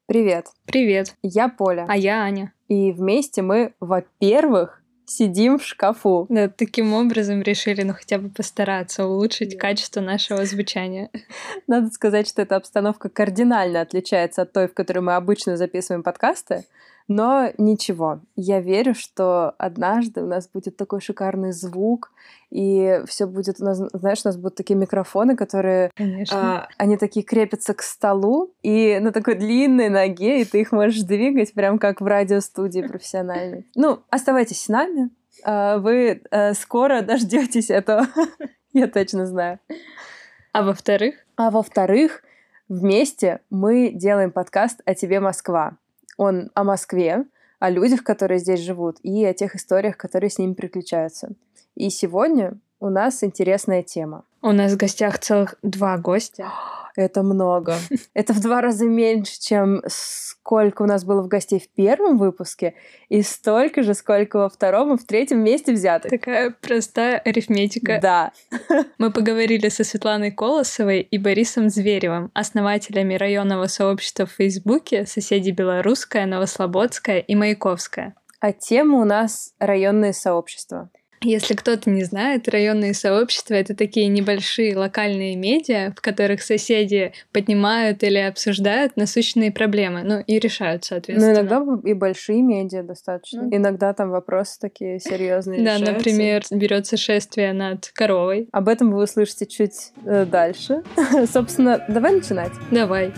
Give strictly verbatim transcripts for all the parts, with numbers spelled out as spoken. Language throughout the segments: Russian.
Привет. Привет. Я Поля. А я Аня. И вместе мы, во-первых, сидим в шкафу. Да, таким образом решили, ну, хотя бы постараться улучшить yeah. качество нашего звучания. Надо сказать, что эта обстановка кардинально отличается от той, в которой мы обычно записываем подкасты. Но ничего, я верю, что однажды у нас будет такой шикарный звук, и все будет у нас, знаешь, у нас будут такие микрофоны, которые, Конечно. э, они такие крепятся к столу, и на такой длинной ноге, и ты их можешь двигать, прям как в радиостудии профессиональной. Ну, оставайтесь с нами, э, вы э, скоро дождетесь этого, я точно знаю. А во-вторых? А во-вторых, вместе мы делаем подкаст «О тебе, Москва». Он о Москве, о людях, которые здесь живут, и о тех историях, которые с ними приключаются. И сегодня у нас интересная тема. У нас в гостях целых два гостя. Это много. Это в два раза меньше, чем сколько у нас было в гостей в первом выпуске, и столько же, сколько во втором и в третьем месте взятых. Такая простая арифметика. Да. Мы поговорили со Светланой Колосовой и Борисом Зверевым, основателями районного сообщества в Фейсбуке «Соседи Белорусская», «Новослободская» и «Маяковская». А тема у нас «Районные сообщества». Если кто-то не знает, районные сообщества — это такие небольшие локальные медиа, в которых соседи поднимают или обсуждают насущные проблемы, ну и решают, соответственно. Ну, иногда и большие медиа достаточно. Mm. Иногда там вопросы такие серьезные да, решаются. Например, берется шествие над коровой. Об этом вы услышите чуть э, дальше. Собственно, давай начинать. Давай.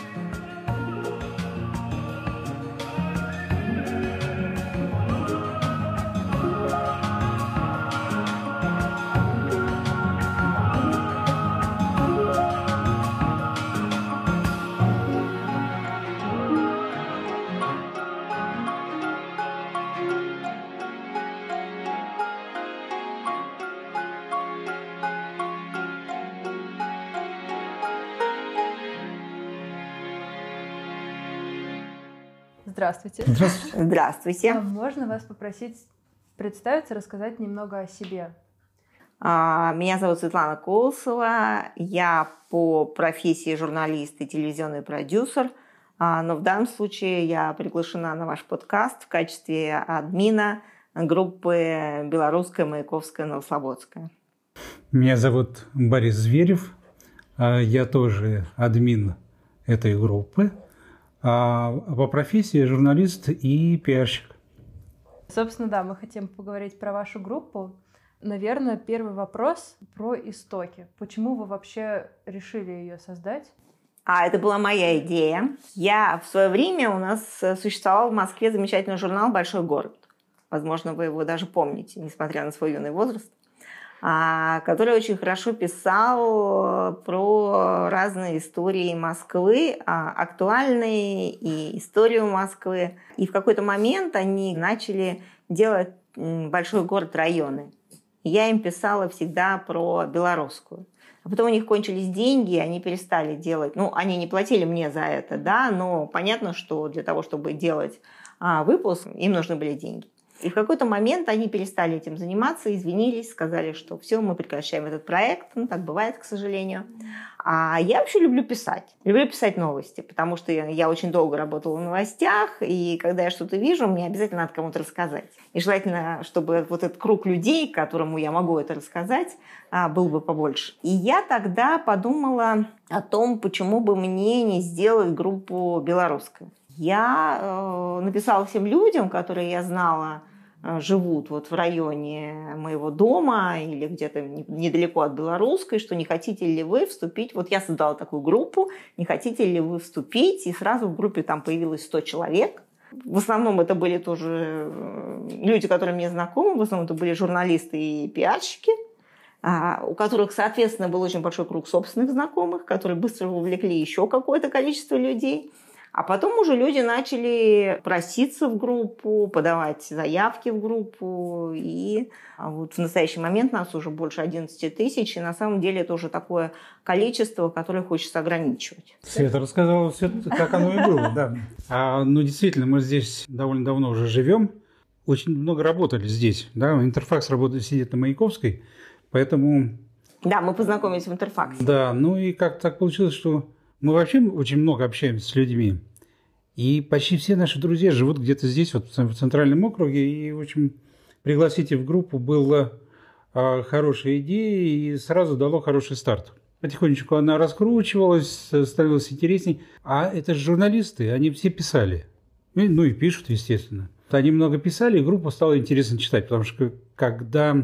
Здравствуйте. Здравствуйте. Здравствуйте. А можно вас попросить представиться, рассказать немного о себе? Меня зовут Светлана Колосова. Я по профессии журналист и телевизионный продюсер. Но в данном случае я приглашена на ваш подкаст в качестве админа группы «Белорусская, Маяковская, Новослободская». Меня зовут Борис Зверев. Я тоже админ этой группы. А по профессии журналист и пиарщик. Собственно, да, мы хотим поговорить про вашу группу. Наверное, первый вопрос про истоки. Почему вы вообще решили ее создать? А это была моя идея. Я в свое время, у нас существовал в Москве замечательный журнал «Большой город». Возможно, вы его даже помните, несмотря на свой юный возраст. Который очень хорошо писал про разные истории Москвы, актуальные и историю Москвы. И в какой-то момент они начали делать большой город районы. Я им писала всегда про белорусскую. А потом у них кончились деньги, они перестали делать. Ну, они не платили мне за это, да, но понятно, что для того, чтобы делать выпуск, им нужны были деньги. И в какой-то момент они перестали этим заниматься, извинились, сказали, что все, мы прекращаем этот проект. Ну, так бывает, к сожалению. А я вообще люблю писать. Люблю писать новости, потому что я, я очень долго работала в новостях, и когда я что-то вижу, мне обязательно надо кому-то рассказать. И желательно, чтобы вот этот круг людей, которому я могу это рассказать, был бы побольше. И я тогда подумала о том, почему бы мне не сделать группу «Белорусская». Я э, написала всем людям, которые я знала, э, живут вот в районе моего дома или где-то недалеко от Белорусской, что не хотите ли вы вступить. Вот я создала такую группу, не хотите ли вы вступить. И сразу в группе там появилось сто человек. В основном это были тоже люди, которые мне знакомы, в основном это были журналисты и пиарщики, у которых, соответственно, был очень большой круг собственных знакомых, которые быстро вовлекли еще какое-то количество людей. А потом уже люди начали проситься в группу, подавать заявки в группу. И вот в настоящий момент нас уже больше одиннадцати тысяч. И на самом деле это уже такое количество, которое хочется ограничивать. Света рассказала все, как оно и было, да. А, ну, действительно, мы здесь довольно давно уже живем. Очень много работали здесь. Да? Интерфакс работает, сидит на Маяковской. Поэтому... Да, мы познакомились в Интерфаксе. Да, ну и как так получилось, что... Мы вообще очень много общаемся с людьми. И почти все наши друзья живут где-то здесь, вот в Центральном округе. И, в общем, пригласить их в группу была а, хорошая идея и сразу дало хороший старт. Потихонечку она раскручивалась, становилась интересней. А это же журналисты, они все писали. Ну и пишут, естественно. Они много писали, и группу стало интересно читать, потому что когда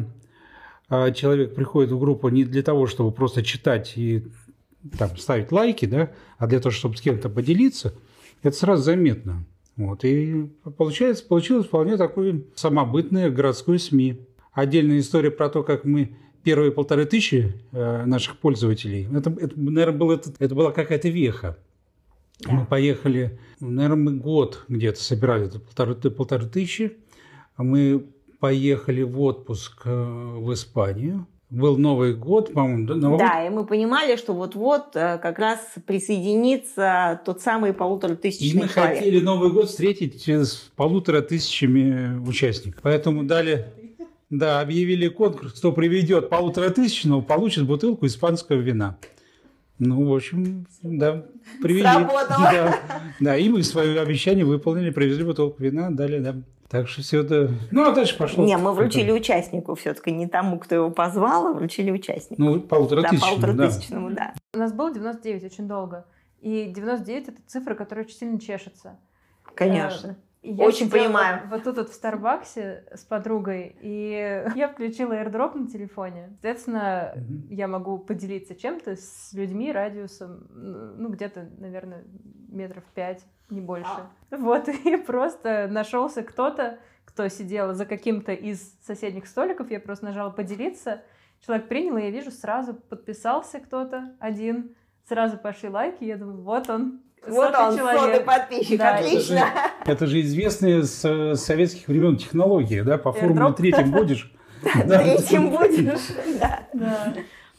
человек приходит в группу не для того, чтобы просто читать и там, ставить лайки, да, а для того, чтобы с кем-то поделиться, это сразу заметно. Вот. И получается, получилось вполне такое самобытное городское СМИ. Отдельная история про то, как мы первые полторы тысячи э, наших пользователей, это, это, наверное, было, это, это была какая-то веха. Мы поехали, наверное, мы год где-то собирали это полторы, полторы тысячи. Мы поехали в отпуск в Испанию. Был Новый год, по-моему. Новый да, год. И мы понимали, что вот-вот как раз присоединится тот самый полутора тысячный И мы человек. хотели Новый год встретить с полутора тысячами участников. Поэтому дали, да, объявили конкурс, кто приведет полутора тысячного, получит бутылку испанского вина. Ну, в общем, да, привели. Сработало. Да, да, и мы свое обещание выполнили, привезли бутылку вина, дали, да. Так что все это... Ну, а дальше пошло. Не, мы вручили это... участнику все-таки, не тому, кто его позвал, а вручили участнику. Ну, полутора тысячному, да. Полутора тысячному, да. У нас было девяносто девять очень долго. И девяносто девять – это цифра, которая очень сильно чешется. Конечно. Я очень понимаю. Вот тут вот в Старбаксе с подругой, и я включила AirDrop на телефоне. Соответственно, mm-hmm. я могу поделиться чем-то с людьми радиусом, ну, где-то, наверное, метров пять, не больше. А. Вот, и просто нашелся кто-то, кто сидел за каким-то из соседних столиков, я просто нажала «поделиться», человек принял, и я вижу, сразу подписался кто-то один, сразу пошли лайки, я думаю, вот он. Вот он, сотый подписчик, да, отлично. Это же, это же известные с советских времен технологии, да, по формуле третьим будешь. Третьим будешь, да.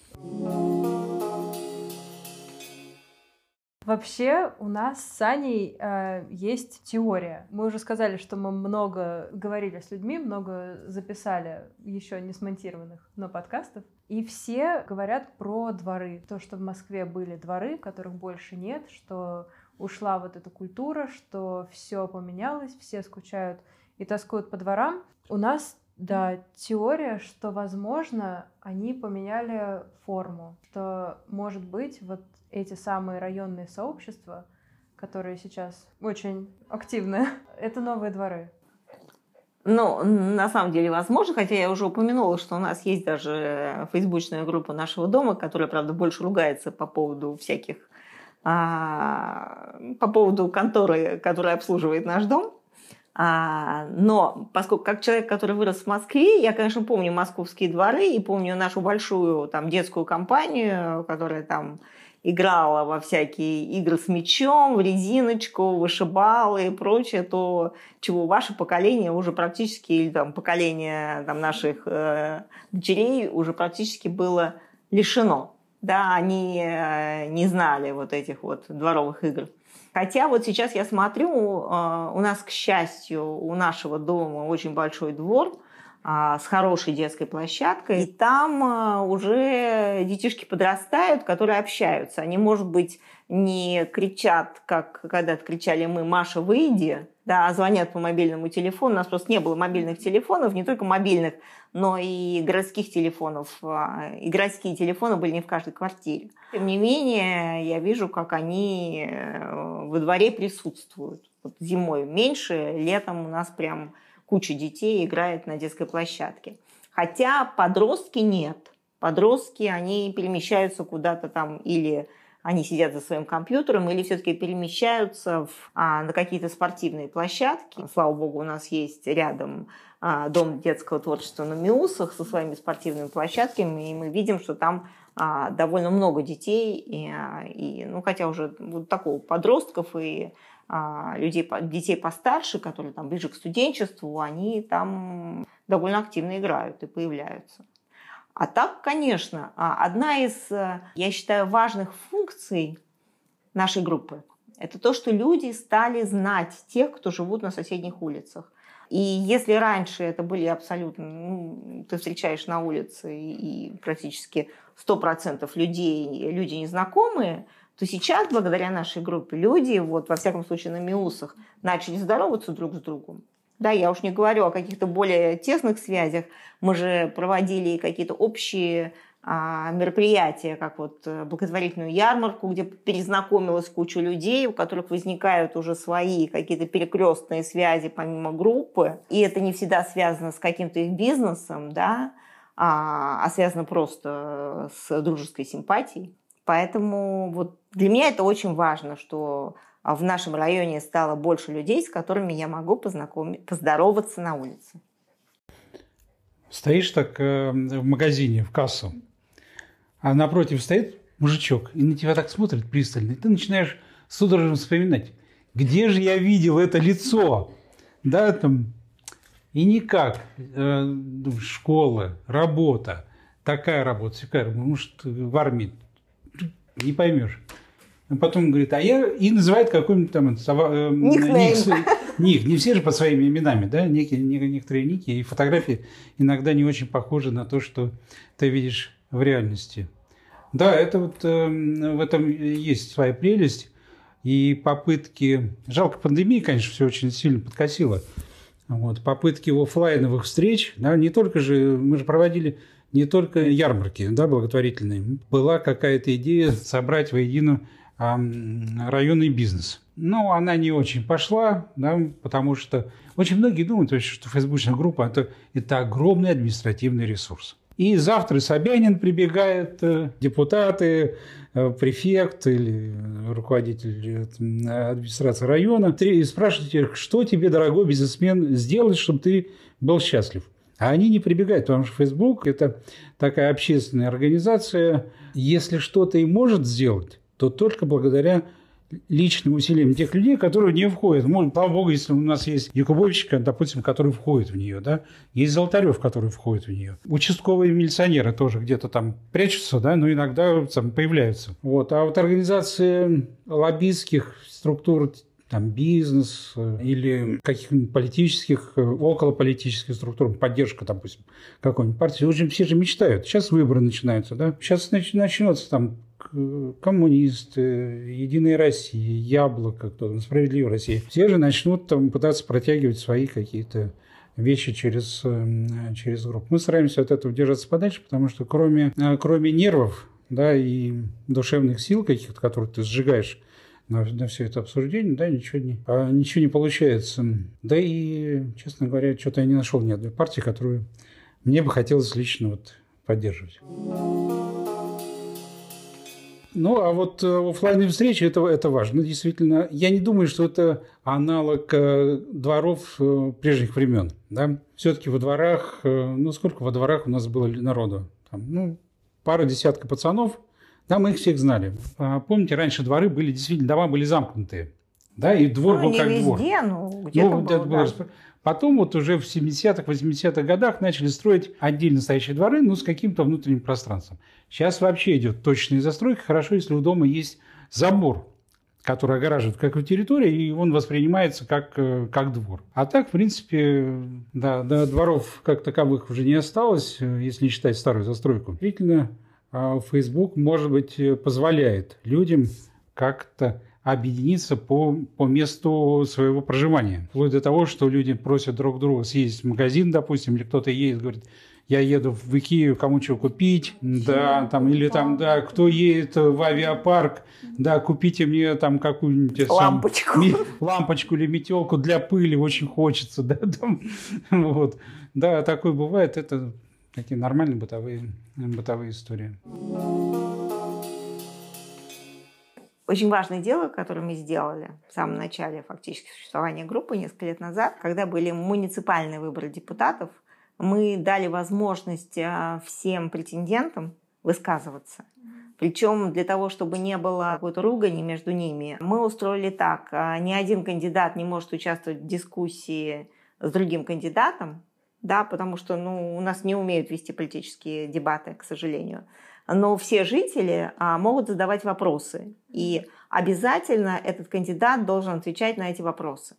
Вообще у нас с Аней э, есть теория. Мы уже сказали, что мы много говорили с людьми, много записали еще не смонтированных, но подкастов. И все говорят про дворы. То, что в Москве были дворы, которых больше нет, что ушла вот эта культура, что все поменялось, все скучают и тоскуют по дворам. У нас, да, теория, что, возможно, они поменяли форму, что, может быть, вот эти самые районные сообщества, которые сейчас очень активны, это новые дворы. Ну, на самом деле, возможно, хотя я уже упомянула, что у нас есть даже фейсбучная группа нашего дома, которая, правда, больше ругается по поводу всяких, а, по поводу конторы, которая обслуживает наш дом. А, но поскольку как человек, который вырос в Москве, я, конечно, помню московские дворы и помню нашу большую там детскую компанию, которая там играла во всякие игры с мячом, в резиночку, вышибалы и прочее, то, чего ваше поколение уже практически, или там поколение там, наших э, дочерей уже практически было лишено. Да, они э, не знали вот этих вот дворовых игр. Хотя вот сейчас я смотрю, э, у нас, к счастью, у нашего дома очень большой двор, с хорошей детской площадкой. И там уже детишки подрастают, которые общаются. Они, может быть, не кричат, как когда-то кричали мы «Маша, выйди», да, а звонят по мобильному телефону. У нас просто не было мобильных телефонов, не только мобильных, но и городских телефонов. И городские телефоны были не в каждой квартире. Тем не менее, я вижу, как они во дворе присутствуют. Вот зимой меньше, летом у нас прям куча детей играет на детской площадке. Хотя подростки нет. Подростки, они перемещаются куда-то там, или они сидят за своим компьютером, или все-таки перемещаются в, а, на какие-то спортивные площадки. Слава богу, у нас есть рядом а, дом детского творчества на Миусах со своими спортивными площадками, и мы видим, что там а, довольно много детей, и, и, ну, хотя уже вот такого подростков и людей, детей постарше, которые там ближе к студенчеству, они там довольно активно играют и появляются. А так, конечно, одна из, я считаю, важных функций нашей группы – это то, что люди стали знать тех, кто живут на соседних улицах. И если раньше это были абсолютно, ну, ты встречаешь на улице и практически сто процентов людей, люди незнакомые, то сейчас, благодаря нашей группе, люди, вот, во всяком случае, на МИУСах, начали здороваться друг с другом. Да, я уж не говорю о каких-то более тесных связях. Мы же проводили какие-то общие а, мероприятия, как вот благотворительную ярмарку, где перезнакомилась куча людей, у которых возникают уже свои какие-то перекрестные связи помимо группы. И это не всегда связано с каким-то их бизнесом, да, а, а связано просто с дружеской симпатией. Поэтому вот для меня это очень важно, что в нашем районе стало больше людей, с которыми я могу познакомиться, поздороваться на улице. Стоишь так э, в магазине, в кассу, а напротив стоит мужичок и на тебя так смотрит пристально, и ты начинаешь судорожно вспоминать, где же я видел это лицо, да, там, и никак, э, школа, работа, такая работа, всякая, может, в армии, не поймешь. А потом говорит, а я... И называет какой-нибудь там... Э, ник, ник. Не все же под своими именами, да? Некие, некоторые ники и фотографии иногда не очень похожи на то, что ты видишь в реальности. Да, это вот э, в этом есть своя прелесть. И попытки... Жалко, пандемия, конечно, все очень сильно подкосила. Вот, попытки офлайновых встреч, да, не только же... Мы же проводили... Не только ярмарки, да, благотворительные. Была какая-то идея собрать воедино а, районный бизнес. Но она не очень пошла, да, потому что очень многие думают, что фейсбучная группа это, – это огромный административный ресурс. И завтра Собянин прибегает, депутаты, префект или руководитель администрации района, и спрашивает, что тебе, дорогой бизнесмен, сделать, чтобы ты был счастлив. А они не прибегают, потому что Facebook – это такая общественная организация. Если что-то и может сделать, то только благодаря личным усилиям тех людей, которые в нее входят. Может, слава богу, если у нас есть Якубович, допустим, который входит в нее, да? Есть Золотарев, который входит в нее. Участковые милиционеры тоже где-то там прячутся, да, но иногда там появляются. Вот. А вот организации лоббистских структур, там, бизнес или каких-нибудь политических, околополитических структур, поддержка, допустим, какой-нибудь партии. В общем, все же мечтают. Сейчас выборы начинаются, да? Сейчас начнется там коммунисты, Единая Россия, Яблоко, кто там, Справедливая Россия. Все же начнут там пытаться протягивать свои какие-то вещи через, через группу. Мы стараемся от этого держаться подальше, потому что кроме, кроме нервов, да, и душевных сил каких-то, которые ты сжигаешь на, на все это обсуждение, да, ничего не, а, ничего не получается. Да и, честно говоря, что-то я не нашел ни одной партии, которую мне бы хотелось лично вот поддерживать. Ну, а вот офлайновые встречи это, – это важно. Действительно, я не думаю, что это аналог дворов прежних времен. Да? Все-таки во дворах, ну, сколько во дворах у нас было народу? Там, ну, пара десятка пацанов. Да, мы их всех знали. Помните, раньше дворы были, действительно, дома были замкнутые. Да, и двор ну, был не как везде, двор. Ну, где-то ну, было, было, да. Потом вот уже в семидесятых, восьмидесятых годах начали строить отдельно стоящие дворы, но с каким-то внутренним пространством. Сейчас вообще идет точная застройка. Хорошо, если у дома есть забор, который огораживает какую-то территорию, и он воспринимается как, как двор. А так, в принципе, да, да, дворов как таковых уже не осталось, если не считать старую застройку. Действительно, Facebook, может быть, позволяет людям как-то объединиться по, по месту своего проживания. Вплоть до того, что люди просят друг друга съездить в магазин, допустим, или кто-то едет, говорит, я еду в Икею, кому что купить, да, там, или там, да, кто едет в авиапарк, да, купите мне там какую-нибудь лампочку, сам, лампочку или метелку для пыли, очень хочется, да, там, вот, да, такое бывает, это такие нормальные бытовые, бытовые истории. Очень важное дело, которое мы сделали в самом начале фактически существования группы несколько лет назад, когда были муниципальные выборы депутатов, мы дали возможность всем претендентам высказываться. Причем для того, чтобы не было какой-то ругани между ними, мы устроили так. Ни один кандидат не может участвовать в дискуссии с другим кандидатом, да, потому что ну, у нас не умеют вести политические дебаты, к сожалению. Но все жители а, могут задавать вопросы. И обязательно этот кандидат должен отвечать на эти вопросы.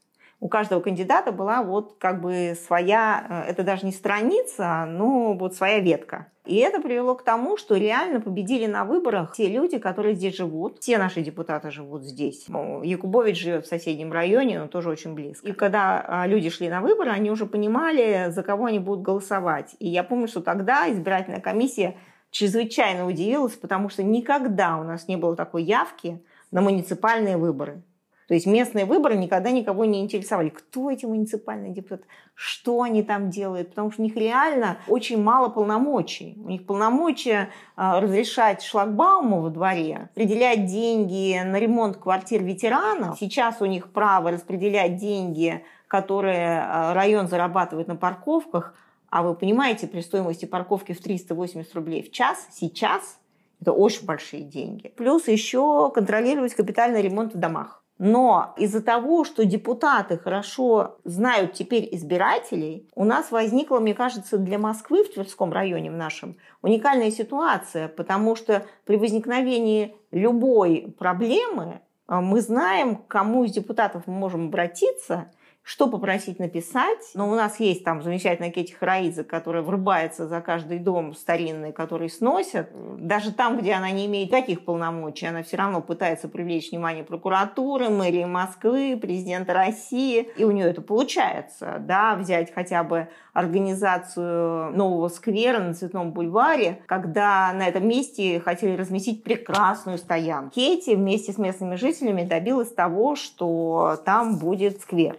у каждого кандидата была вот как бы своя, это даже не страница, но вот своя ветка. И это привело к тому, что реально победили на выборах те люди, которые здесь живут. Все наши депутаты живут здесь. Якубович живет в соседнем районе, но тоже очень близко. И когда люди шли на выборы, они уже понимали, за кого они будут голосовать. И я помню, что тогда избирательная комиссия чрезвычайно удивилась, потому что никогда у нас не было такой явки на муниципальные выборы. То есть местные выборы никогда никого не интересовали. Кто эти муниципальные депутаты? Что они там делают? Потому что у них реально очень мало полномочий. У них полномочия э, разрешать шлагбауму во дворе, распределять деньги на ремонт квартир ветеранов. Сейчас у них право распределять деньги, которые э, район зарабатывает на парковках. А вы понимаете, при стоимости парковки в триста восемьдесят рублей в час сейчас это очень большие деньги. Плюс еще контролировать капитальный ремонт в домах. Но из-за того, что депутаты хорошо знают теперь избирателей, у нас возникла, мне кажется, для Москвы в Тверском районе в нашем уникальная ситуация, потому что при возникновении любой проблемы мы знаем, к кому из депутатов мы можем обратиться, что попросить написать. Но у нас есть там замечательная Кетти Хараидзе, которая врубается за каждый дом старинный, который сносят. Даже там, где она не имеет таких полномочий, она все равно пытается привлечь внимание прокуратуры, мэрии Москвы, президента России. И у нее это получается. Да, взять хотя бы организацию нового сквера на Цветном бульваре, когда на этом месте хотели разместить прекрасную стоянку. Кетти вместе с местными жителями добилась того, что там будет сквер.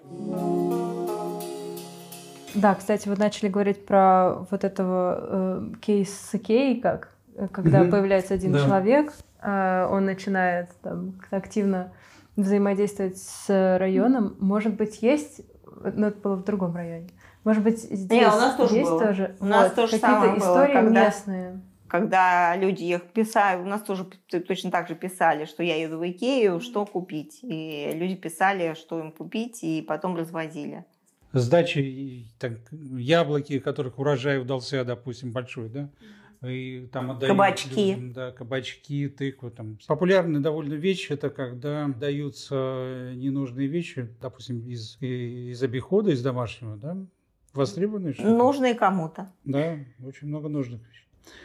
Да, кстати, вы начали говорить про вот этого э, кейс Кей, как, когда mm-hmm. появляется один да. человек, э, он начинает там, активно взаимодействовать с районом. Может быть, есть, но это было в другом районе. Может быть, здесь Не, у нас тоже есть было. тоже у нас вот, тоже какие-то самое истории было, когда... местные. Когда люди их писали, у нас тоже точно так же писали, что я еду в Икею, что купить. И люди писали, что им купить, и потом развозили. С дачей так, яблоки, которых урожай удался, допустим, большой, да? И там отдают кабачки. Людям, да, кабачки, тыкву. Там. Популярная довольно вещь – это когда даются ненужные вещи, допустим, из, из обихода, из домашнего, да? Востребованные что-то. Нужные кому-то. Да, очень много нужных вещей.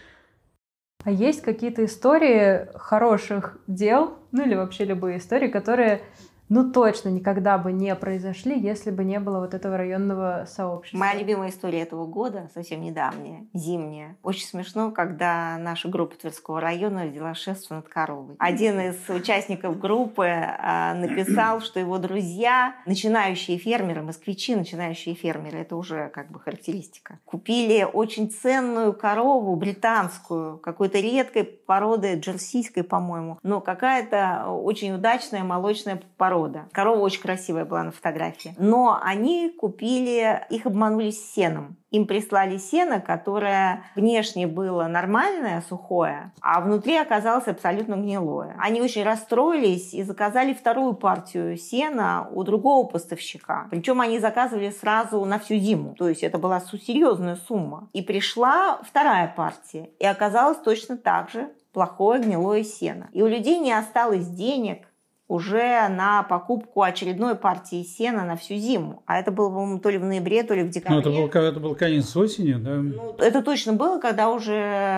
А есть какие-то истории хороших дел, ну или вообще любые истории, которые, ну точно никогда бы не произошли, если бы не было вот этого районного сообщества? Моя любимая история этого года, совсем недавняя, зимняя. Очень смешно, когда наша группа Тверского района родила шефство над коровой. Один из участников группы э, написал, что его друзья, начинающие фермеры, москвичи, начинающие фермеры, это уже как бы характеристика, купили очень ценную корову британскую, какой-то редкой породы, джерсийской, по-моему, но какая-то очень удачная молочная порода. Корова очень красивая была на фотографии. Но они купили, их обманули с сеном. Им прислали сено, которое внешне было нормальное, сухое, а внутри оказалось абсолютно гнилое. Они очень расстроились и заказали вторую партию сена у другого поставщика. Причем они заказывали сразу на всю зиму. То есть это была серьезная сумма. И пришла вторая партия. И оказалось точно так же плохое гнилое сено. И у людей не осталось денег уже на покупку очередной партии сена на всю зиму. А это было, по-моему, то ли в ноябре, то ли в декабре. Ну, это был, это был конец осени, да? Ну, это точно было, когда уже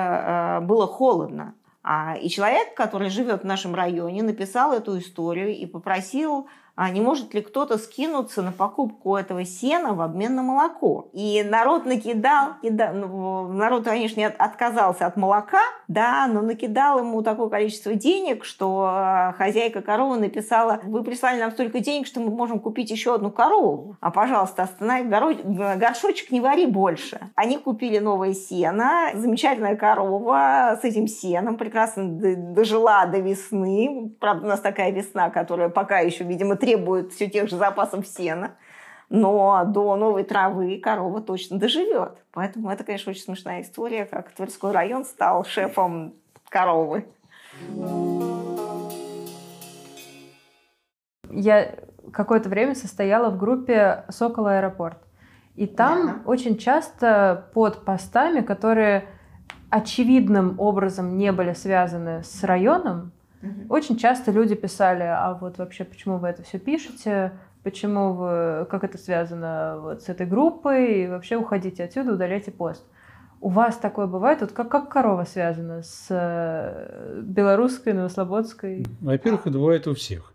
э, было холодно. А, и человек, который живет в нашем районе, написал эту историю и попросил, а не может ли кто-то скинуться на покупку этого сена в обмен на молоко. И народ накидал, кидал, ну, народ, конечно, отказался от молока, да, но накидал ему такое количество денег, что хозяйка коровы написала: вы прислали нам столько денег, что мы можем купить еще одну корову. А, пожалуйста, останови горшочек, не вари больше. Они купили новое сено, замечательная корова с этим сеном прекрасно дожила до весны. Правда, у нас такая весна, которая пока еще, видимо, требует все тех же запасов сена. Но до новой травы корова точно доживет. Поэтому это, конечно, очень смешная история, как Тверской район стал шефом коровы. Я какое-то время состояла в группе «Сокол Аэропорт». И там да. очень часто под постами, которые очевидным образом не были связаны с районом, угу. очень часто люди писали: а вот вообще почему вы это все пишете, почему вы, как это связано вот с этой группой, и вообще уходите отсюда, удаляйте пост. У вас такое бывает? Вот как, как корова связана с белорусской, новослободской? Во-первых, это бывает у всех.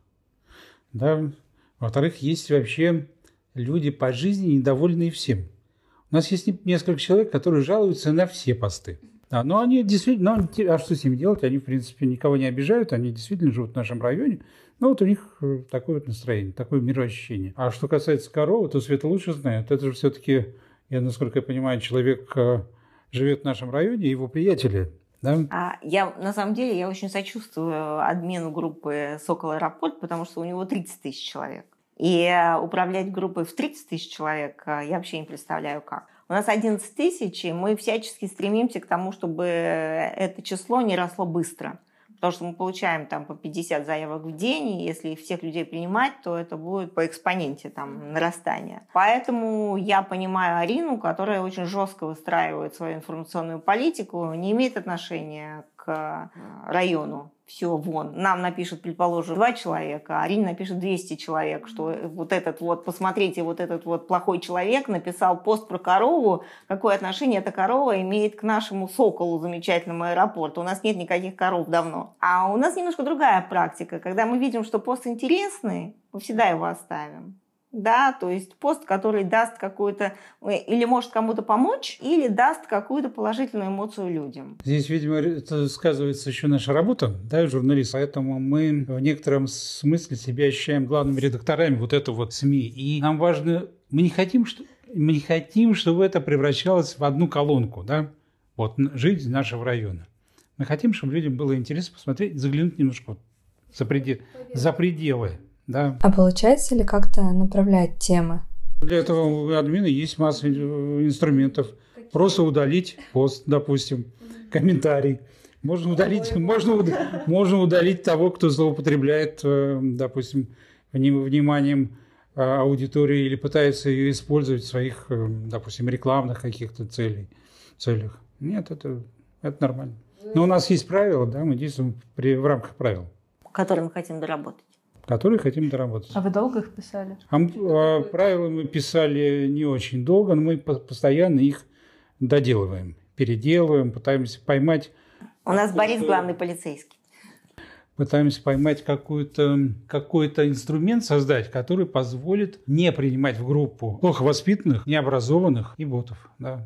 Да? Во-вторых, есть вообще люди по жизни недовольные всем. У нас есть несколько человек, которые жалуются на все посты. Да, но они действительно, ну, а что с ними делать? Они, в принципе, никого не обижают, они действительно живут в нашем районе. Но вот у них такое вот настроение, такое мироощущение. А что касается коровы, то Света лучше знает. Это же все-таки, я, насколько я понимаю, человек живет в нашем районе, его приятели. Да? А я, на самом деле, я очень сочувствую админу группы «Сокол Аэропорт», потому что у него тридцать тысяч человек. И управлять группой в тридцать тысяч человек я вообще не представляю как. У нас одиннадцать тысяч, и мы всячески стремимся к тому, чтобы это число не росло быстро. Потому что мы получаем там по пятьдесят заявок в день, и если всех людей принимать, то это будет по экспоненте там, нарастания. Поэтому я понимаю Арину, которая очень жестко выстраивает свою информационную политику, не имеет отношения к району. Все, вон. Нам напишет, предположим, два человека, а Арине напишет двести человек, что вот этот вот, посмотрите, вот этот вот плохой человек написал пост про корову, какое отношение эта корова имеет к нашему соколу, замечательному аэропорту. У нас нет никаких коров давно. А у нас немножко другая практика. Когда мы видим, что пост интересный, мы всегда его оставим. Да, то есть пост, который даст какую-то, или может кому-то помочь, или даст какую-то положительную эмоцию людям. Здесь, видимо, это сказывается еще наша работа, да, журналист. Поэтому мы в некотором смысле себя ощущаем главными редакторами вот этого вот СМИ. И нам важно, мы не хотим, что, мы не хотим, чтобы это превращалось в одну колонку, да, вот жизнь нашего района. Мы хотим, чтобы людям было интересно посмотреть, заглянуть немножко за, предел, за пределы. Да. А получается ли как-то направлять темы? Для этого у админа есть масса инструментов. Какие? Просто удалить пост, допустим, комментарий. Можно удалить, можно, можно удалить того, кто злоупотребляет, допустим, вниманием аудитории или пытается ее использовать в своих, допустим, рекламных каких-то целей, целях. Нет, это, это нормально. Но у нас есть правила, да, мы действуем при, в рамках правил. Которые мы хотим доработать. Которые хотим доработать. А вы долго их писали? А, а, правила мы писали не очень долго, но мы постоянно их доделываем, переделываем, пытаемся поймать... У нас Борис главный полицейский. Пытаемся поймать какой-то, какой-то инструмент создать, который позволит не принимать в группу плохо воспитанных, необразованных и ботов. Да.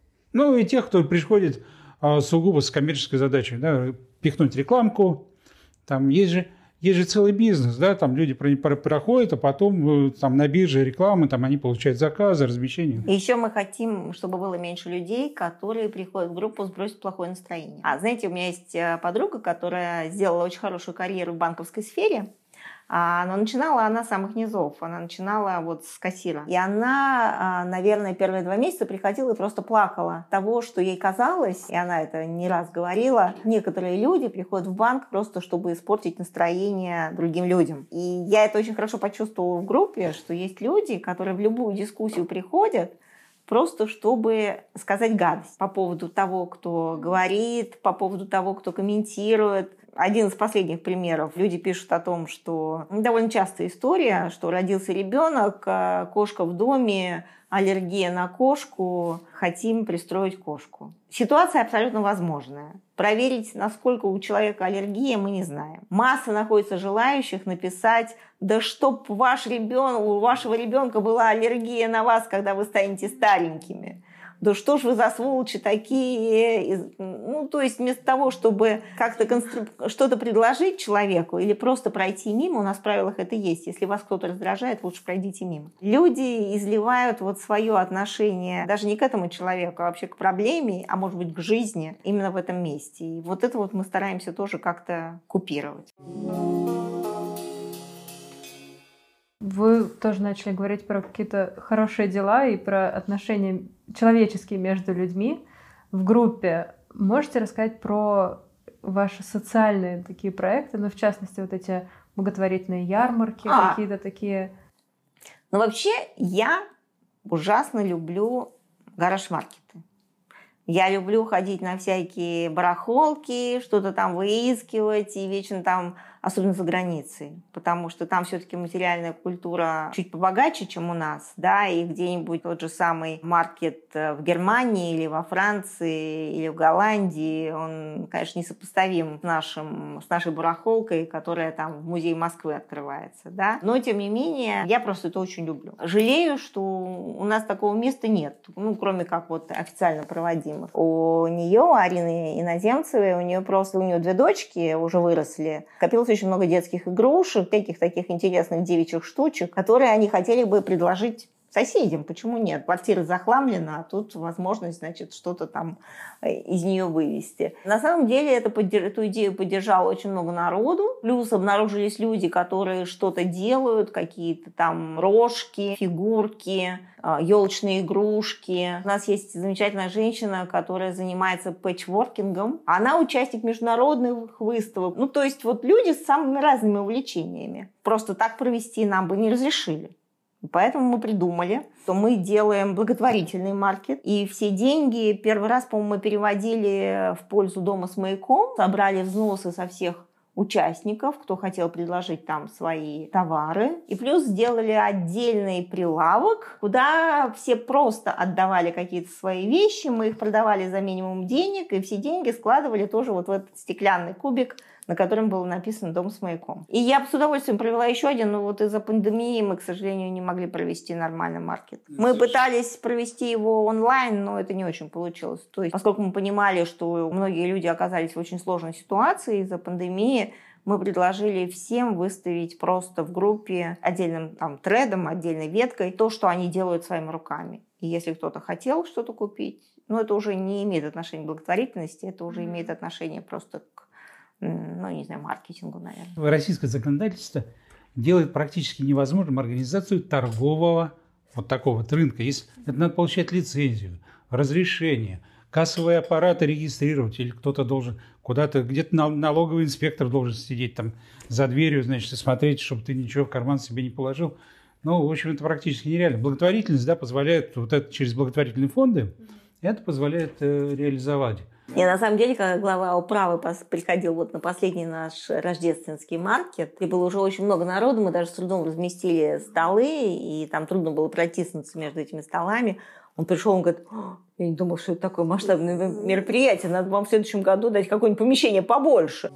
Ну и тех, кто приходит а, сугубо с коммерческой задачей, да, пихнуть рекламку. Там есть же... Есть же целый бизнес, да, там люди проходят, а потом там на бирже рекламы, там они получают заказы, размещение. И еще мы хотим, чтобы было меньше людей, которые приходят в группу сбросить плохое настроение. А знаете, у меня есть подруга, которая сделала очень хорошую карьеру в банковской сфере. Но начинала она с самых низов, она начинала вот с кассира. И она, наверное, первые два месяца приходила и просто плакала того, что ей казалось, и она это не раз говорила, некоторые люди приходят в банк просто, чтобы испортить настроение другим людям. И я это очень хорошо почувствовала в группе, что есть люди, которые в любую дискуссию приходят, просто чтобы сказать гадость по поводу того, кто говорит, по поводу того, кто комментирует. Один из последних примеров. Люди пишут о том, что довольно частая история, что родился ребенок, кошка в доме, аллергия на кошку, хотим пристроить кошку. Ситуация абсолютно возможная. Проверить, насколько у человека аллергия, мы не знаем. Масса находится желающих написать: да чтоб ваш ребенок, у вашего ребенка была аллергия на вас, когда вы станете старенькими. Да что ж вы за сволочи такие? Ну, то есть вместо того, чтобы как-то констру... что-то предложить человеку или просто пройти мимо, у нас в правилах это есть. Если вас кто-то раздражает, лучше пройдите мимо. Люди изливают вот свое отношение даже не к этому человеку, а вообще к проблеме, а может быть к жизни именно в этом месте. И вот это вот мы стараемся тоже как-то купировать. Вы тоже начали говорить про какие-то хорошие дела и про отношения человеческие между людьми в группе. Можете рассказать про ваши социальные такие проекты, ну, в частности, вот эти благотворительные ярмарки, а. какие-то такие? Ну, вообще, я ужасно люблю гараж-маркеты. Я люблю ходить на всякие барахолки, что-то там выискивать и вечно там особенно за границей, потому что там все-таки материальная культура чуть побогаче, чем у нас, да, и где-нибудь тот же самый маркет в Германии или во Франции или в Голландии, он, конечно, несопоставим с, нашим, с нашей барахолкой, которая там в музее Москвы открывается, да, но, тем не менее, я просто это очень люблю. Жалею, что у нас такого места нет, ну, кроме как вот официально проводимых. У нее, у Арины Иноземцевой, у нее просто, у нее две дочки уже выросли, копилось очень много детских игрушек, всяких таких интересных девичьих штучек, которые они хотели бы предложить соседям. Почему нет? Квартира захламлена, а тут возможность, значит, что-то там из нее вывести. На самом деле это, эту идею поддержало очень много народу. Плюс обнаружились люди, которые что-то делают, какие-то там рожки, фигурки, елочные игрушки. У нас есть замечательная женщина, которая занимается пэтчворкингом. Она участник международных выставок. Ну, то есть вот люди с самыми разными увлечениями. Просто так провести нам бы не разрешили. Поэтому мы придумали, что мы делаем благотворительный маркет. И все деньги первый раз, по-моему, мы переводили в пользу дома с маяком. Собрали взносы со всех участников, кто хотел предложить там свои товары. И плюс сделали отдельный прилавок, куда все просто отдавали какие-то свои вещи. Мы их продавали за минимум денег. И все деньги складывали тоже вот в этот стеклянный кубик, на котором было написано «Дом с маяком». И я бы с удовольствием провела еще один, но вот из-за пандемии мы, к сожалению, не могли провести нормальный маркет. Мы пытались провести его онлайн, но это не очень получилось. То есть, поскольку мы понимали, что многие люди оказались в очень сложной ситуации из-за пандемии, мы предложили всем выставить просто в группе отдельным там, тредом, отдельной веткой то, что они делают своими руками. И если кто-то хотел что-то купить, ну, это уже не имеет отношения к благотворительности, это уже имеет отношение просто к ну, не знаю, маркетингу, наверное. Российское законодательство делает практически невозможным организацию торгового вот такого вот рынка. Если это надо получать лицензию, разрешение, кассовые аппараты регистрировать, или кто-то должен куда-то, где-то налоговый инспектор должен сидеть там за дверью, значит, и смотреть, чтобы ты ничего в карман себе не положил. Ну, в общем, это практически нереально. Благотворительность, да, позволяет вот это через благотворительные фонды, это позволяет э, реализовать. Я на самом деле, как глава управы, приходил вот на последний наш рождественский маркет, где было уже очень много народу, мы даже с трудом разместили столы, и там трудно было протиснуться между этими столами. Он пришел, он говорит: я не думал, что это такое масштабное мероприятие, надо вам в следующем году дать какое-нибудь помещение побольше.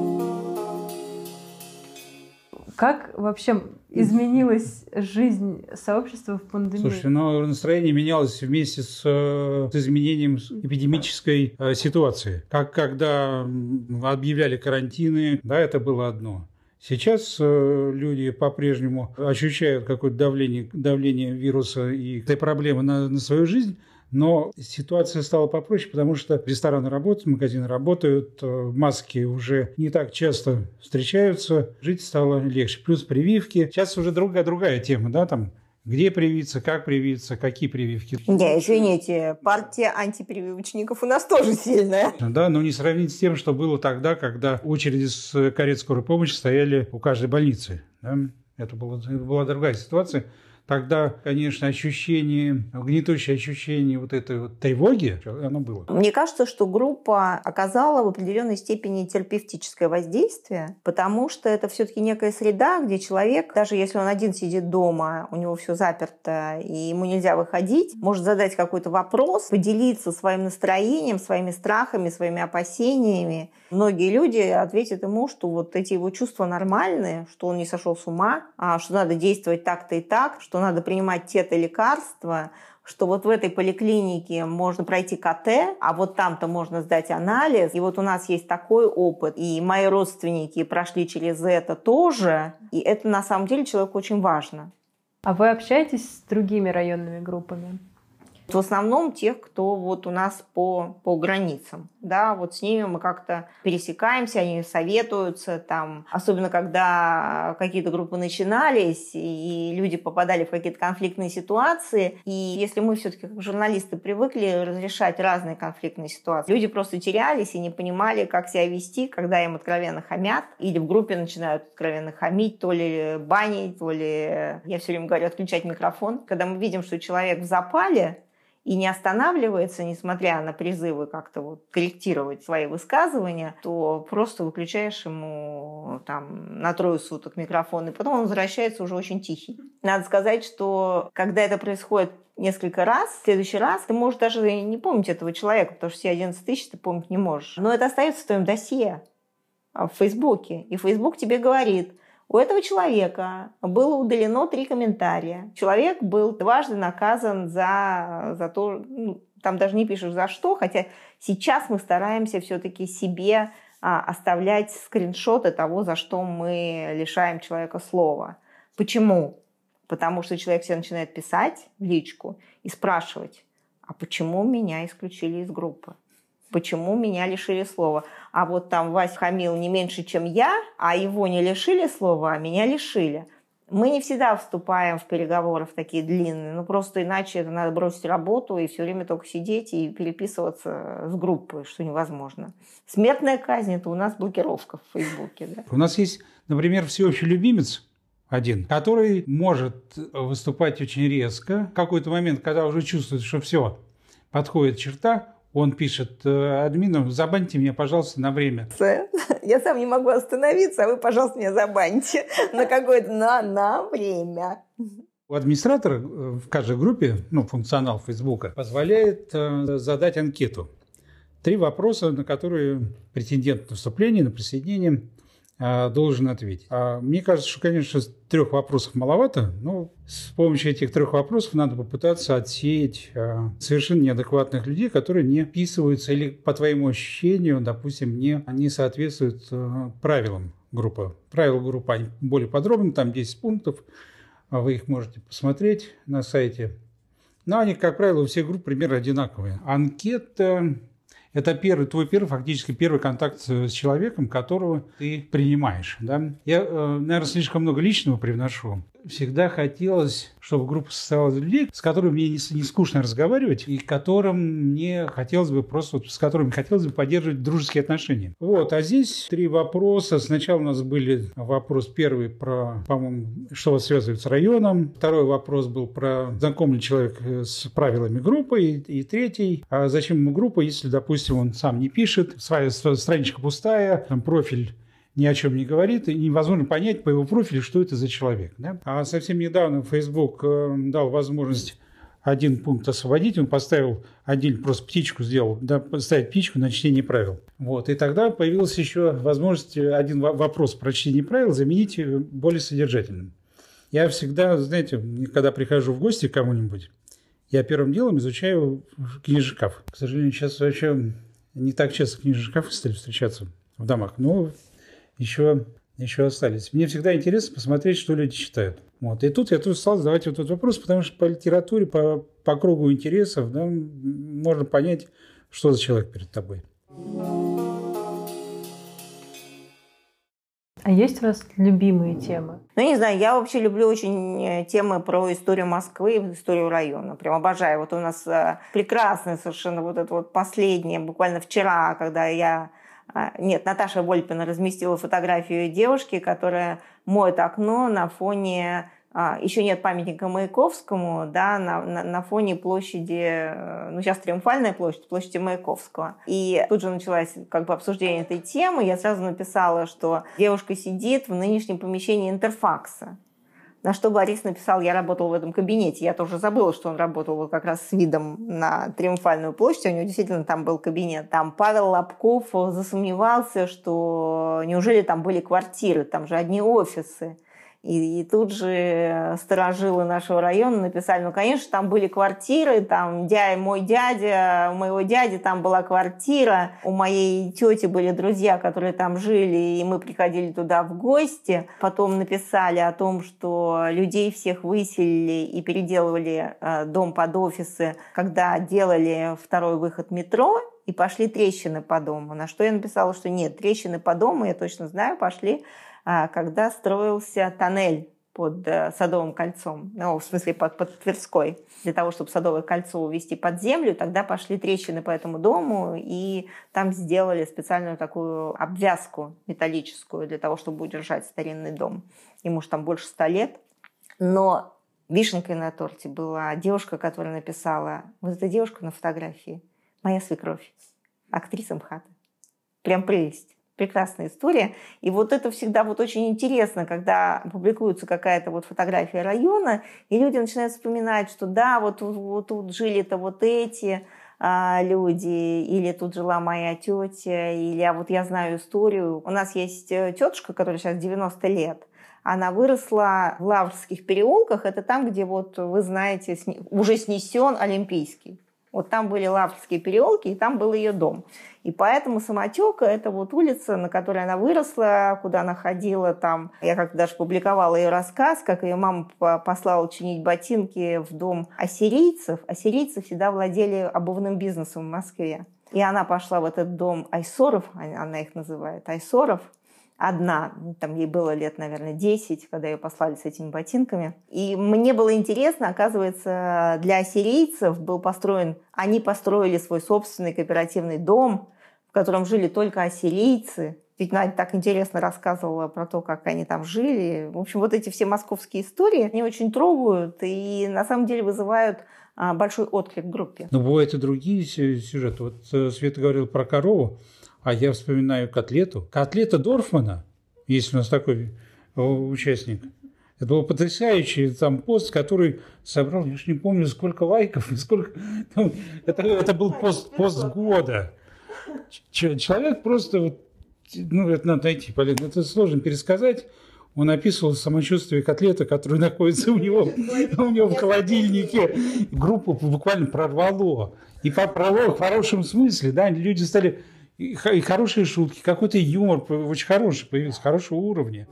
Как вообще изменилась жизнь сообщества в пандемии? Слушайте, ну, настроение менялось вместе с, с изменением эпидемической э, ситуации. Как когда объявляли карантины, да, это было одно. Сейчас э, люди по-прежнему ощущают какое-то давление, давление вируса и этой проблемы на, на свою жизнь. Но ситуация стала попроще, потому что рестораны работают, магазины работают, маски уже не так часто встречаются, жить стало легче. Плюс прививки. Сейчас уже другая, другая тема, да, там, где привиться, как привиться, какие прививки. Не, извините, партия антипрививочников у нас тоже сильная. Да, но не сравнить с тем, что было тогда, когда очереди с карет скорой помощи стояли у каждой больницы. Да? Это была, это была другая ситуация. Тогда, конечно, ощущение, гнетущее ощущение вот этой вот тревоги, оно было. Мне кажется, что группа оказала в определенной степени терапевтическое воздействие, потому что это все-таки некая среда, где человек, даже если он один сидит дома, у него все заперто, и ему нельзя выходить, может задать какой-то вопрос, поделиться своим настроением, своими страхами, своими опасениями. Многие люди ответят ему, что вот эти его чувства нормальные, что он не сошел с ума, что надо действовать так-то и так, что надо принимать те-то лекарства, что вот в этой поликлинике можно пройти ка тэ, а вот там-то можно сдать анализ. И вот у нас есть такой опыт, и мои родственники прошли через это тоже, и это на самом деле человеку очень важно. А вы общаетесь с другими районными группами? В основном тех, кто вот у нас по, по границам. Да, вот с ними мы как-то пересекаемся, они советуются, там, особенно когда какие-то группы начинались, и люди попадали в какие-то конфликтные ситуации. И если мы все-таки как журналисты привыкли разрешать разные конфликтные ситуации, люди просто терялись и не понимали, как себя вести, когда им откровенно хамят, или в группе начинают откровенно хамить, то ли банить, то ли, я все время говорю, отключать микрофон. Когда мы видим, что человек в запале, и не останавливается, несмотря на призывы как-то вот корректировать свои высказывания, то просто выключаешь ему там на трое суток микрофон, и потом он возвращается уже очень тихий. Надо сказать, что когда это происходит несколько раз, в следующий раз ты можешь даже не помнить этого человека, потому что все одиннадцать тысяч ты помнить не можешь. Но это остается в твоем досье в Фейсбуке, и Фейсбук тебе говорит: у этого человека было удалено три комментария. Человек был дважды наказан за, за то, ну, там даже не пишешь за что, хотя сейчас мы стараемся все-таки себе а, оставлять скриншоты того, за что мы лишаем человека слова. Почему? Потому что человек себе начинает писать в личку и спрашивать: а почему меня исключили из группы? Почему меня лишили слова? А вот там Вася хамил не меньше, чем я, а его не лишили слова, а меня лишили. Мы не всегда вступаем в переговоры в такие длинные, ну просто иначе это надо бросить работу и все время только сидеть и переписываться с группой, что невозможно. Смертная казнь – это у нас блокировка в Фейсбуке. Да? У нас есть, например, всеобщий любимец один, который может выступать очень резко. В какой-то момент, когда уже чувствует, что все, подходит черта, он пишет админу: забаньте меня, пожалуйста, на время. Я сам не могу остановиться, а вы, пожалуйста, меня забаньте на какое-то на, на время. У администратора в каждой группе, ну, функционал Фейсбука, позволяет задать анкету. Три вопроса, на которые претендент на вступление, на присоединение должен ответить. Мне кажется, что, конечно, трех вопросов маловато, но с помощью этих трех вопросов надо попытаться отсеять совершенно неадекватных людей, которые не вписываются или, по твоему ощущению, допустим, не, не соответствуют правилам группы. Правила группы они более подробны, там десять пунктов, вы их можете посмотреть на сайте. Но они, как правило, у всех групп примерно одинаковые. Анкета – это первый, твой первый, фактически первый контакт с человеком, которого ты принимаешь. Да? Я, наверное, слишком много личного привношу. Всегда хотелось, чтобы группа состояла из людей, с которыми мне не, не скучно разговаривать, и которым мне хотелось бы просто, вот, с которыми хотелось бы поддерживать дружеские отношения. Вот, а здесь три вопроса. Сначала у нас были вопрос первый про, по-моему, что вас связывает с районом. Второй вопрос был про, знаком ли человек с правилами группы. И, и третий, а зачем ему группа, если, допустим, он сам не пишет, своя страничка пустая, там профиль ни о чем не говорит, и невозможно понять по его профилю, что это за человек. Да? А совсем недавно Facebook дал возможность один пункт освободить, он поставил отдельно, просто птичку сделал, да, поставить птичку на чтение правил. Вот. И тогда появилась еще возможность один вопрос про чтение правил заменить более содержательным. Я всегда, знаете, когда прихожу в гости к кому-нибудь, я первым делом изучаю книжный шкаф. К сожалению, сейчас вообще не так часто книжные шкафы стали встречаться в домах, но еще, еще остались. Мне всегда интересно посмотреть, что люди читают. Вот. И тут я тут стал задавать вот этот вопрос, потому что по литературе, по, по кругу интересов, да, можно понять, что за человек перед тобой. А есть у вас любимые темы? Ну, не знаю, я вообще люблю очень темы про историю Москвы, историю района. Прям обожаю. Вот у нас прекрасная совершенно вот это вот последнее, буквально вчера, когда я... Нет, Наташа Вольпина разместила фотографию девушки, которая моет окно на фоне... Еще нет памятника Маяковскому, да, на, на, на фоне площади, ну, сейчас Триумфальная площадь, площади Маяковского. И тут же началось как бы обсуждение этой темы. Я сразу написала, что девушка сидит в нынешнем помещении Интерфакса. На что Борис написал: я работал в этом кабинете. Я тоже забыла, что он работал вот как раз с видом на Триумфальную площадь. У него действительно там был кабинет. Там Павел Лобков засомневался, что неужели там были квартиры, там же одни офисы. И, и тут же старожилы нашего района написали: ну, конечно, там были квартиры, там дядя, мой дядя, у моего дяди там была квартира, у моей тети были друзья, которые там жили, и мы приходили туда в гости. Потом написали о том, что людей всех выселили и переделывали э, дом под офисы, когда делали второй выход метро, и пошли трещины по дому. На что я написала, что нет, трещины по дому, я точно знаю, пошли, когда строился тоннель под Садовым кольцом, ну, в смысле под, под Тверской, для того, чтобы Садовое кольцо увести под землю, тогда пошли трещины по этому дому, и там сделали специальную такую обвязку металлическую для того, чтобы удержать старинный дом. Ему же там больше ста лет. Но вишенкой на торте была девушка, которая написала, вот эта девушка на фотографии, моя свекровь, актриса МХАТа. Прям прелесть. Прекрасная история. И вот это всегда вот очень интересно, когда публикуется какая-то вот фотография района, и люди начинают вспоминать, что да, вот, вот тут жили-то вот эти а, люди, или тут жила моя тетя, или а вот я знаю историю. У нас есть тетушка, которая сейчас девяносто лет. Она выросла в Лаврских переулках. Это там, где вот, вы знаете, уже снесен Олимпийский. Вот там были Лаврские переулки, и там был ее дом. И поэтому Самотека – это вот улица, на которой она выросла, куда она ходила там. Я как-то даже публиковала ее рассказ, как ее мама послала чинить ботинки в дом ассирийцев. Ассирийцы всегда владели обувным бизнесом в Москве. И она пошла в этот дом айсоров, она их называет, айсоров, одна, там ей было лет, наверное, десять, когда ее послали с этими ботинками. И мне было интересно, оказывается, для ассирийцев был построен, они построили свой собственный кооперативный дом, в котором жили только ассирийцы. Ведь Надя так интересно рассказывала про то, как они там жили. В общем, вот эти все московские истории, они очень трогают и на самом деле вызывают большой отклик в группе. Но бывают и другие сюжеты. Вот Света говорила про корову. А я вспоминаю котлету. Котлета Дорфмана, есть у нас такой участник. Это был потрясающий там пост, который собрал, я уж не помню, сколько лайков. Сколько... Это, это был пост, пост года. Человек просто... Ну, это надо найти, Полин. Это сложно пересказать. Он описывал самочувствие котлеты, которая находится у него, у него в холодильнике. Группу буквально прорвало. И прорвало в хорошем смысле. Да? Люди стали... И хорошие шутки, какой-то юмор очень хороший появился, хорошего уровня.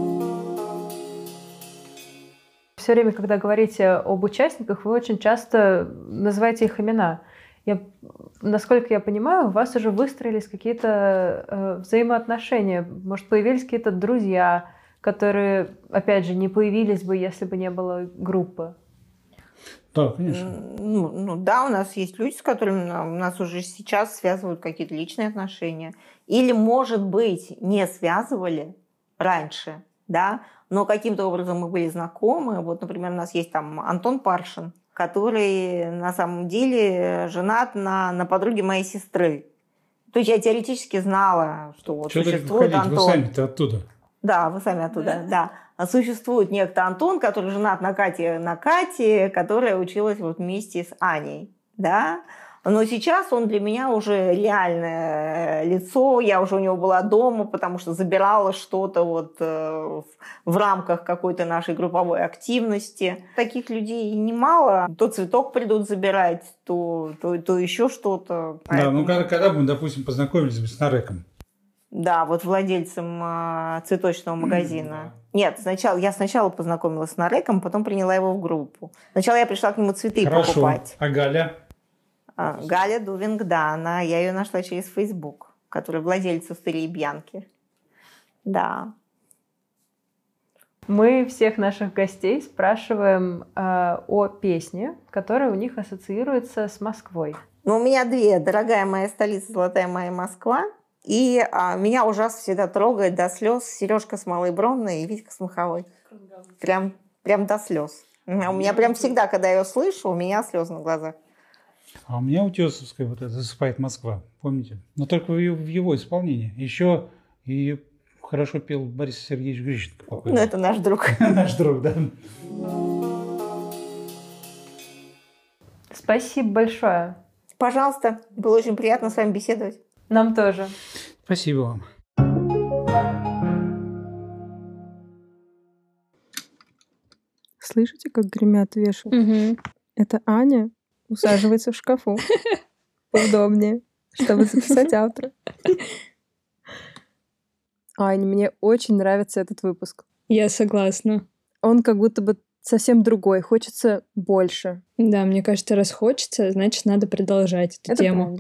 Все время, когда говорите об участниках, вы очень часто называете их имена. Я, насколько я понимаю, у вас уже выстроились какие-то э, взаимоотношения. Может, появились какие-то друзья, которые, опять же, не появились бы, если бы не было группы. Да, конечно. Ну, ну да, у нас есть люди, с которыми у нас уже сейчас связывают какие-то личные отношения. Или, может быть, не связывали раньше, да, но каким-то образом мы были знакомы. Вот, например, у нас есть там Антон Паршин, который на самом деле женат на, на подруге моей сестры. То есть я теоретически знала, что вот что существует Антон. Вы сами-то оттуда. Да, вы сами оттуда, да. да. Существует некто Антон, который женат на Кате, на Кате, которая училась вот вместе с Аней, да. Но сейчас он для меня уже реальное лицо. Я уже у него была дома, потому что забирала что-то вот в, в рамках какой-то нашей групповой активности. Таких людей немало. То цветок придут забирать, то, то, то еще что-то. Да, поэтому... ну когда, когда мы, допустим, познакомились с Нареком? Да, вот владельцем э, цветочного магазина. Нет, сначала я сначала познакомилась с Нареком, потом приняла его в группу. Сначала я пришла к нему цветы Хорошо. покупать. А Галя? А, Галя Дувинг, да, она, я ее нашла через Facebook, которая владелец Устерии Бьянки. Да. Мы всех наших гостей спрашиваем э, о песне, которая у них ассоциируется с Москвой. Ну, у меня две. «Дорогая моя столица, золотая моя Москва». И а, меня ужасно всегда трогает до слез Сережка с Малой Бронной и Витька с Маховой. Прям, прям до слез. У меня, у меня прям всегда, когда я ее слышу, у меня слезы на глазах. А у меня утесовская вот эта «Засыпает Москва», помните? Но только в, в его исполнении. Еще и хорошо пел Борис Сергеевич Грищенко. Ну, это наш друг. Наш друг, да. Спасибо большое. Пожалуйста, было очень приятно с вами беседовать. Нам тоже. Спасибо вам. Слышите, как гремят вешалки? Угу. Это Аня усаживается в шкафу поудобнее, чтобы записать аутро. Ань, мне очень нравится этот выпуск. Я согласна. Он как будто бы совсем другой. Хочется больше. Да, мне кажется, раз хочется, значит, надо продолжать эту Это тему.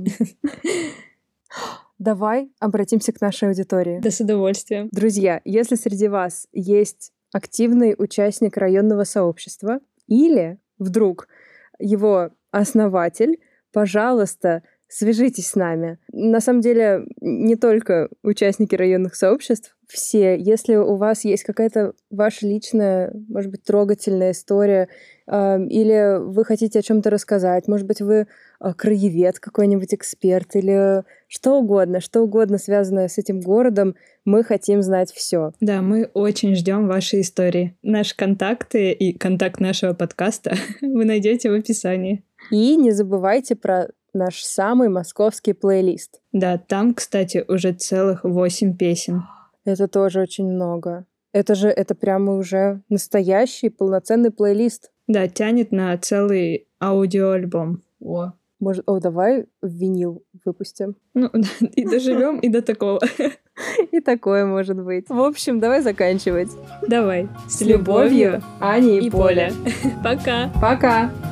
Давай обратимся к нашей аудитории. Да, с удовольствием. Друзья, если среди вас есть активный участник районного сообщества или вдруг его основатель, пожалуйста, свяжитесь с нами. На самом деле, не только участники районных сообществ, все. Если у вас есть какая-то ваша личная, может быть, трогательная история, э, или вы хотите о чем-то рассказать, может быть, вы э, краевед, какой-нибудь эксперт, или что угодно, что угодно связанное с этим городом, мы хотим знать все. Да, мы очень ждем ваши истории. Наши контакты и контакт нашего подкаста вы найдете в описании. И не забывайте про наш самый московский плейлист. Да, там, кстати, уже целых восемь песен. Это тоже очень много. Это же, это прямо уже настоящий полноценный плейлист. Да, тянет на целый аудиоальбом. О. Может, о, давай винил выпустим. Ну, и доживем, и до такого. И такое может быть. В общем, давай заканчивать. Давай. С любовью, Аня и, и Поля. Поля. Пока. Пока.